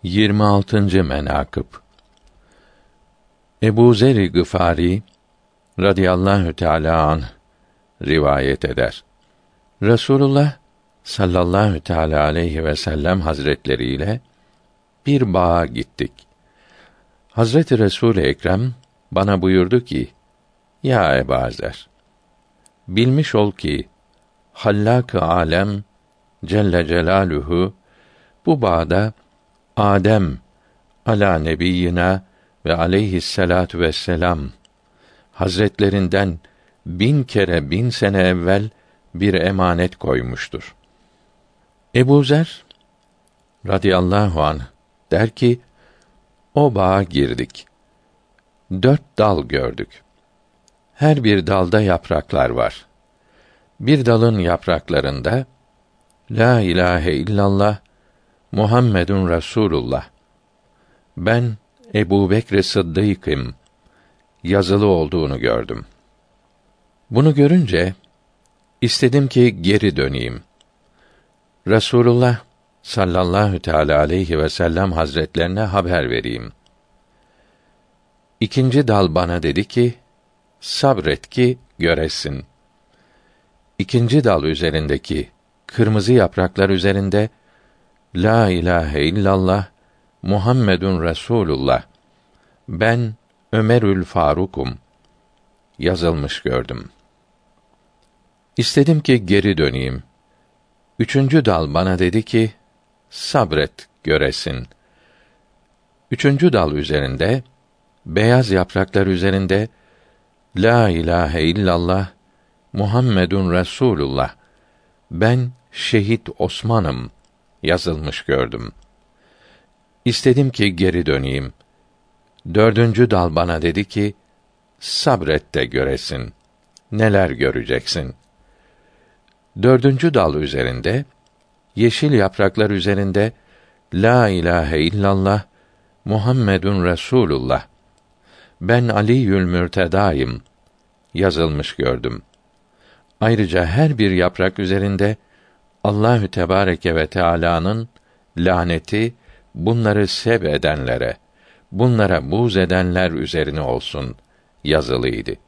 26. menakıb. Ebu Zer-i Gıfari radıyallahu teâlâ anh rivayet eder. Resulullah sallallahu teâlâ aleyhi ve sellem hazretleri ile bir bağa gittik. Hazreti Resul-i Ekrem bana buyurdu ki: Ya Ebu Zer, bilmiş ol ki Hallâk-ı Âlem Celle Celâluhu bu bağda Adem alâ nebiyyina ve aleyhisselâtu vesselam hazretlerinden 1000 kere 1000 sene evvel bir emanet koymuştur. Ebu Zer radıyallahu anh der ki, o bağa girdik. 4 dal gördük. Her bir dalda yapraklar var. Bir dalın yapraklarında La ilahe illallah Muhammedun Resulullah, ben Ebu Bekr Sıddık'ım yazılı olduğunu gördüm. Bunu görünce istedim ki geri döneyim. Resulullah sallallahu teâlâ aleyhi ve sellem hazretlerine haber vereyim. İkinci dal bana dedi ki, sabret ki göresin. İkinci dal üzerindeki kırmızı yapraklar üzerinde La ilahe illallah Muhammedun Resulullah, ben Ömerül Faruk'um yazılmış gördüm. İstedim ki geri döneyim. Üçüncü dal bana dedi ki, sabret göresin. Üçüncü dal üzerinde, beyaz yapraklar üzerinde, La ilahe illallah Muhammedun Resulullah, ben şehit Osman'ım yazılmış gördüm. İstedim ki geri döneyim. Dördüncü dal bana dedi ki, sabret de göresin. Neler göreceksin? Dördüncü dal üzerinde, yeşil yapraklar üzerinde, La ilahe illallah Muhammedun Resulullah, ben Ali'ül Mürtedâ'yım yazılmış gördüm. Ayrıca her bir yaprak üzerinde Allahü Tebareke ve Teâlâ'nın laneti bunları sev edenlere, bunlara buğz edenler üzerine olsun yazılıydı.